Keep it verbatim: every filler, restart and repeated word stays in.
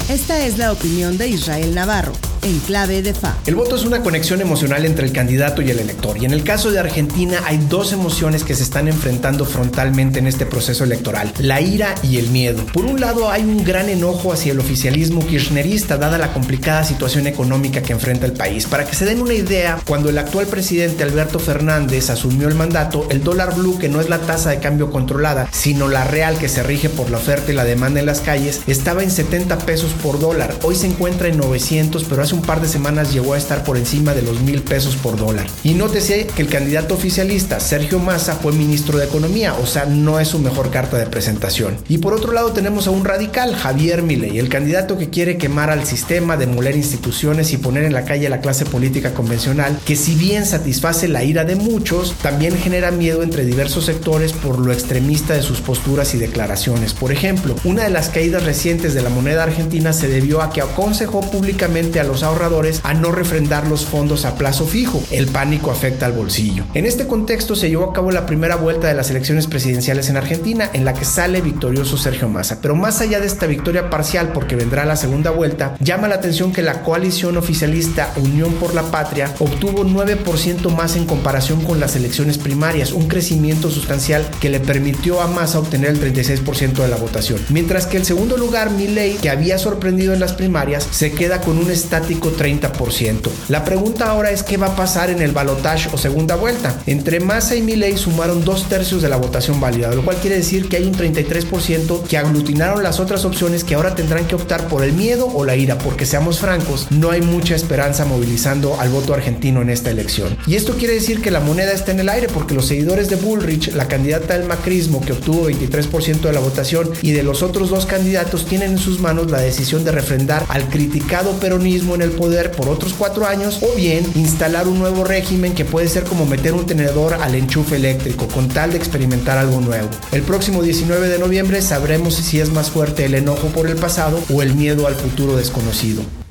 Esta es la opinión de Israel Navarro, en Clave de F A. El voto es una conexión emocional entre el candidato y el elector, y en el caso de Argentina hay dos emociones que se están enfrentando frontalmente en este proceso electoral: la ira y el miedo. Por un lado, hay un gran enojo hacia el oficialismo kirchnerista, dada la complicada situación económica que enfrenta el país. Para que se den una idea, cuando el actual presidente Alberto Fernández asumió el mandato, el dólar blue, que no es la tasa de cambio controlada, sino la real que se rige por la oferta y la demanda en las calles, estaba en setenta pesos por dólar. Hoy se encuentra en novecientos, pero hace un par de semanas llegó a estar por encima de los mil pesos por dólar. Y nótese que el candidato oficialista, Sergio Massa, fue ministro de Economía, o sea, no es su mejor carta de presentación. Y por otro lado tenemos a un radical, Javier Milei, el candidato que quiere quemar al sistema, demoler instituciones y poner en la calle a la clase política convencional, que si bien satisface la ira de muchos, también genera miedo entre diversos sectores por lo extremista de sus posturas y declaraciones. Por ejemplo, una de las caídas recientes de la moneda argentina se debió a que aconsejó públicamente a los ahorradores a no refrendar los fondos a plazo fijo. El pánico afecta al bolsillo. En este contexto se llevó a cabo la primera vuelta de las elecciones presidenciales en Argentina, en la que sale victorioso Sergio Massa. Pero más allá de esta victoria parcial, porque vendrá la segunda vuelta, llama la atención que la coalición oficialista Unión por la Patria obtuvo nueve por ciento más en comparación con las elecciones primarias, un crecimiento sustancial que le permitió a Massa obtener el treinta y seis por ciento de la votación. Mientras que el segundo lugar, Milei, que había sorprendido en las primarias, se queda con un estático treinta por ciento. La pregunta ahora es qué va a pasar en el balotaje o segunda vuelta. Entre Massa y Milei sumaron dos tercios de la votación válida, lo cual quiere decir que hay un treinta y tres por ciento que aglutinaron las otras opciones, que ahora tendrán que optar por el miedo o la ira, porque seamos francos, no hay mucha esperanza movilizando al voto argentino en esta elección. Y esto quiere decir que la moneda está en el aire, porque los seguidores de Bullrich, la candidata del macrismo que obtuvo veintitrés por ciento de la votación, y de los otros dos candidatos, tienen en sus manos la decisión de refrendar al criticado peronismo en el poder por otros cuatro años, o bien instalar un nuevo régimen que puede ser como meter un tenedor al enchufe eléctrico, con tal de experimentar algo nuevo. El próximo diecinueve de noviembre sabremos si es más fuerte el enojo por el pasado o el miedo al futuro desconocido.